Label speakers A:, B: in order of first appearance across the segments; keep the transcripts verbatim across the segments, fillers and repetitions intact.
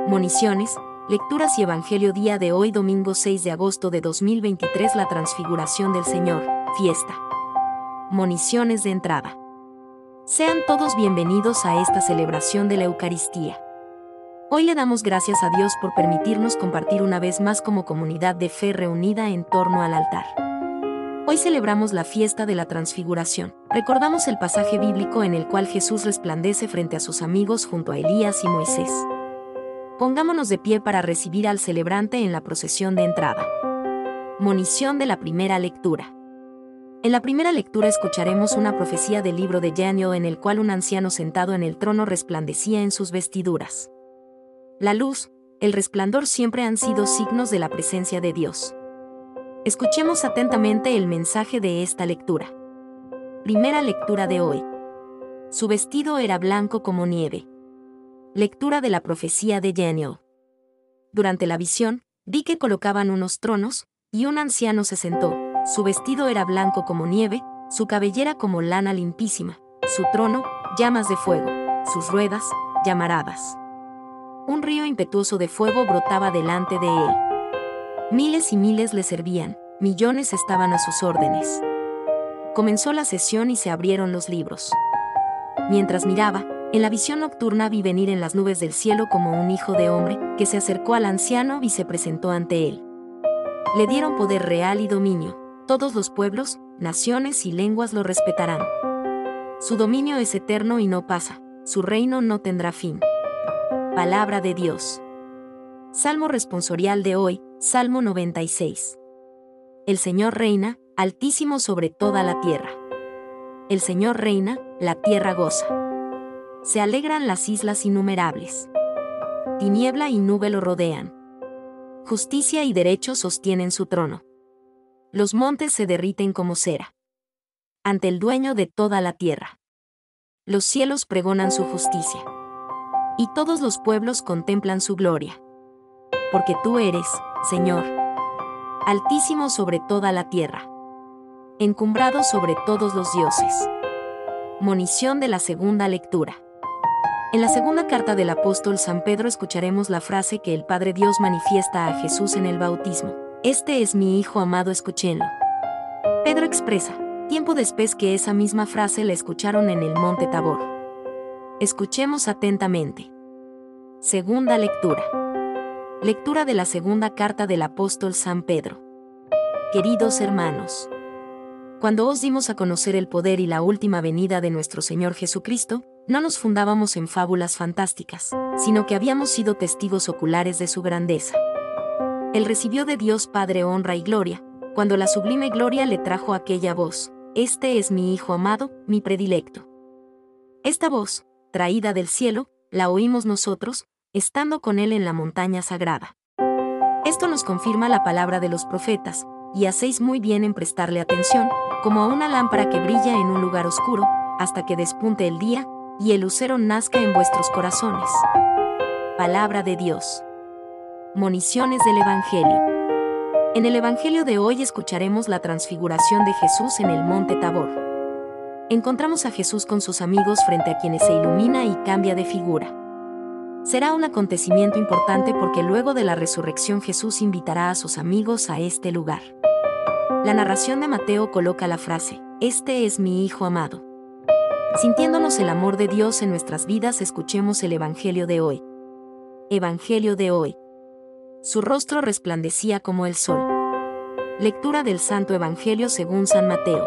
A: Moniciones, lecturas y evangelio día de hoy domingo seis de agosto de dos mil veintitrés. La transfiguración del Señor, fiesta. Moniciones de entrada. Sean todos bienvenidos a esta celebración de la Eucaristía. Hoy le damos gracias a Dios por permitirnos compartir una vez más como comunidad de fe reunida en torno al altar. Hoy celebramos la fiesta de la transfiguración. Recordamos el pasaje bíblico en el cual Jesús resplandece frente a sus amigos junto a Elías y Moisés. Pongámonos de pie para recibir al celebrante en la procesión de entrada. Monición de la primera lectura. En la primera lectura escucharemos una profecía del libro de Daniel en el cual un anciano sentado en el trono resplandecía en sus vestiduras. La luz, el resplandor siempre han sido signos de la presencia de Dios. Escuchemos atentamente el mensaje de esta lectura. Primera lectura de hoy. Su vestido era blanco como nieve. Lectura de la profecía de Daniel. Durante la visión, vi que colocaban unos tronos, y un anciano se sentó. Su vestido era blanco como nieve, su cabellera como lana limpísima, su trono, llamas de fuego, sus ruedas, llamaradas. Un río impetuoso de fuego brotaba delante de él. Miles y miles le servían, millones estaban a sus órdenes. Comenzó la sesión y se abrieron los libros. Mientras miraba, en la visión nocturna vi venir en las nubes del cielo como un hijo de hombre, que se acercó al anciano y se presentó ante él. Le dieron poder real y dominio, todos los pueblos, naciones y lenguas lo respetarán. Su dominio es eterno y no pasa, su reino no tendrá fin. Palabra de Dios. Salmo responsorial de hoy, Salmo noventa y seis. El Señor reina, altísimo sobre toda la tierra. El Señor reina, la tierra goza. Se alegran las islas innumerables. Tiniebla y nube lo rodean. Justicia y derecho sostienen su trono. Los montes se derriten como cera ante el dueño de toda la tierra. Los cielos pregonan su justicia, y todos los pueblos contemplan su gloria. Porque tú eres, Señor, altísimo sobre toda la tierra, encumbrado sobre todos los dioses. Monición de la segunda lectura. En la segunda carta del apóstol San Pedro escucharemos la frase que el Padre Dios manifiesta a Jesús en el bautismo: Este es mi Hijo amado, escúchenlo. Pedro expresa, tiempo después, que esa misma frase la escucharon en el monte Tabor. Escuchemos atentamente. Segunda lectura. Lectura de la segunda carta del apóstol San Pedro. Queridos hermanos, cuando os dimos a conocer el poder y la última venida de nuestro Señor Jesucristo, no nos fundábamos en fábulas fantásticas, sino que habíamos sido testigos oculares de su grandeza. Él recibió de Dios Padre honra y gloria, cuando la sublime gloria le trajo aquella voz: Este es mi Hijo amado, mi predilecto. Esta voz, traída del cielo, la oímos nosotros, estando con Él en la montaña sagrada. Esto nos confirma la palabra de los profetas, y hacéis muy bien en prestarle atención, como a una lámpara que brilla en un lugar oscuro, hasta que despunte el día, y el lucero nazca en vuestros corazones. Palabra de Dios. Moniciones del Evangelio. En el Evangelio de hoy escucharemos la transfiguración de Jesús en el monte Tabor. Encontramos a Jesús con sus amigos frente a quienes se ilumina y cambia de figura. Será un acontecimiento importante porque luego de la resurrección Jesús invitará a sus amigos a este lugar. La narración de Mateo coloca la frase: Este es mi Hijo amado. Sintiéndonos el amor de Dios en nuestras vidas, escuchemos el Evangelio de hoy. Evangelio de hoy. Su rostro resplandecía como el sol. Lectura del Santo Evangelio según San Mateo.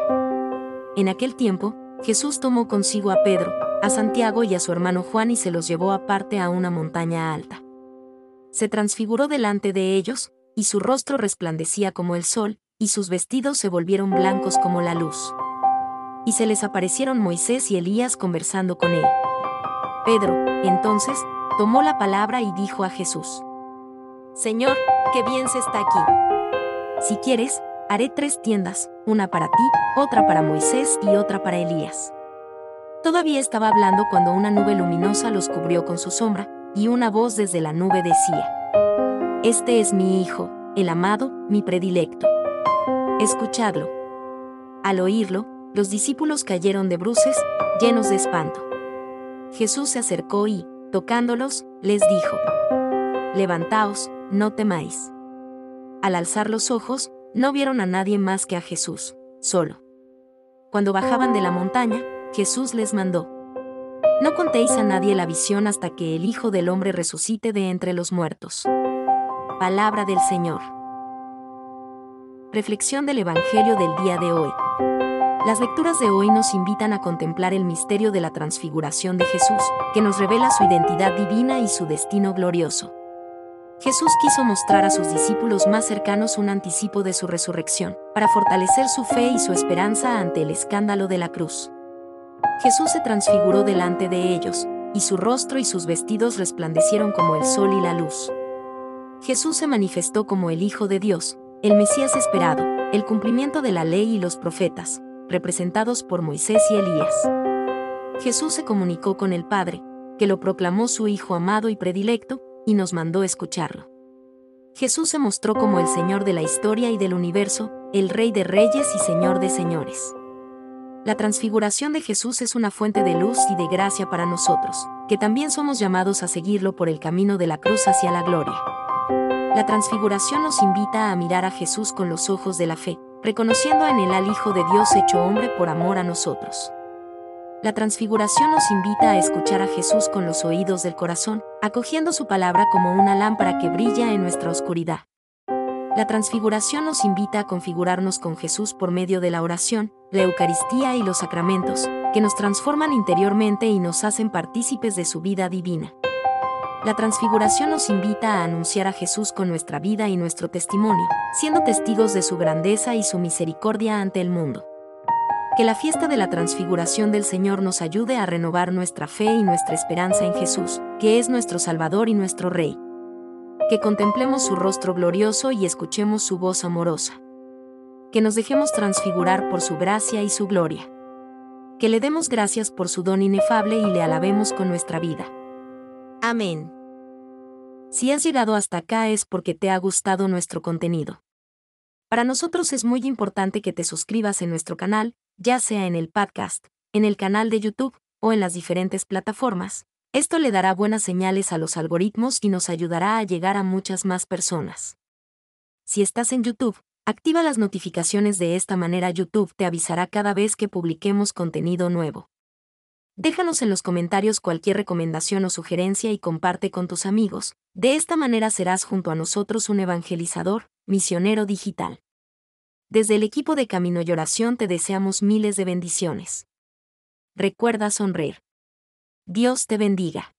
A: En aquel tiempo, Jesús tomó consigo a Pedro, a Santiago y a su hermano Juan y se los llevó aparte a una montaña alta. Se transfiguró delante de ellos, y su rostro resplandecía como el sol, y sus vestidos se volvieron blancos como la luz. Y se les aparecieron Moisés y Elías conversando con él. Pedro, entonces, tomó la palabra y dijo a Jesús: Señor, qué bien se está aquí. Si quieres, haré tres tiendas, una para ti, otra para Moisés y otra para Elías. Todavía estaba hablando cuando una nube luminosa los cubrió con su sombra, y una voz desde la nube decía: Este es mi Hijo, el amado, mi predilecto. Escuchadlo. Al oírlo, los discípulos cayeron de bruces, llenos de espanto. Jesús se acercó y, tocándolos, les dijo: levantaos, no temáis. Al alzar los ojos, no vieron a nadie más que a Jesús, solo. Cuando bajaban de la montaña, Jesús les mandó: no contéis a nadie la visión hasta que el Hijo del Hombre resucite de entre los muertos. Palabra del Señor. Reflexión del Evangelio del día de hoy. Las lecturas de hoy nos invitan a contemplar el misterio de la transfiguración de Jesús, que nos revela su identidad divina y su destino glorioso. Jesús quiso mostrar a sus discípulos más cercanos un anticipo de su resurrección, para fortalecer su fe y su esperanza ante el escándalo de la cruz. Jesús se transfiguró delante de ellos, y su rostro y sus vestidos resplandecieron como el sol y la luz. Jesús se manifestó como el Hijo de Dios, el Mesías esperado, el cumplimiento de la ley y los profetas, representados por Moisés y Elías. Jesús se comunicó con el Padre, que lo proclamó su Hijo amado y predilecto, y nos mandó escucharlo. Jesús se mostró como el Señor de la historia y del universo, el Rey de reyes y Señor de señores. La transfiguración de Jesús es una fuente de luz y de gracia para nosotros, que también somos llamados a seguirlo por el camino de la cruz hacia la gloria. La transfiguración nos invita a mirar a Jesús con los ojos de la fe, reconociendo en él al Hijo de Dios hecho hombre por amor a nosotros. La transfiguración nos invita a escuchar a Jesús con los oídos del corazón, acogiendo su palabra como una lámpara que brilla en nuestra oscuridad. La transfiguración nos invita a configurarnos con Jesús por medio de la oración, la Eucaristía y los sacramentos, que nos transforman interiormente y nos hacen partícipes de su vida divina. La transfiguración nos invita a anunciar a Jesús con nuestra vida y nuestro testimonio, siendo testigos de su grandeza y su misericordia ante el mundo. Que la fiesta de la transfiguración del Señor nos ayude a renovar nuestra fe y nuestra esperanza en Jesús, que es nuestro Salvador y nuestro Rey. Que contemplemos su rostro glorioso y escuchemos su voz amorosa. Que nos dejemos transfigurar por su gracia y su gloria. Que le demos gracias por su don inefable y le alabemos con nuestra vida. Amén. Si has llegado hasta acá es porque te ha gustado nuestro contenido. Para nosotros es muy importante que te suscribas en nuestro canal, ya sea en el podcast, en el canal de YouTube o en las diferentes plataformas. Esto le dará buenas señales a los algoritmos y nos ayudará a llegar a muchas más personas. Si estás en YouTube, activa las notificaciones, de esta manera YouTube te avisará cada vez que publiquemos contenido nuevo. Déjanos en los comentarios cualquier recomendación o sugerencia y comparte con tus amigos. De esta manera serás junto a nosotros un evangelizador, misionero digital. Desde el equipo de Camino y Oración te deseamos miles de bendiciones. Recuerda sonreír. Dios te bendiga.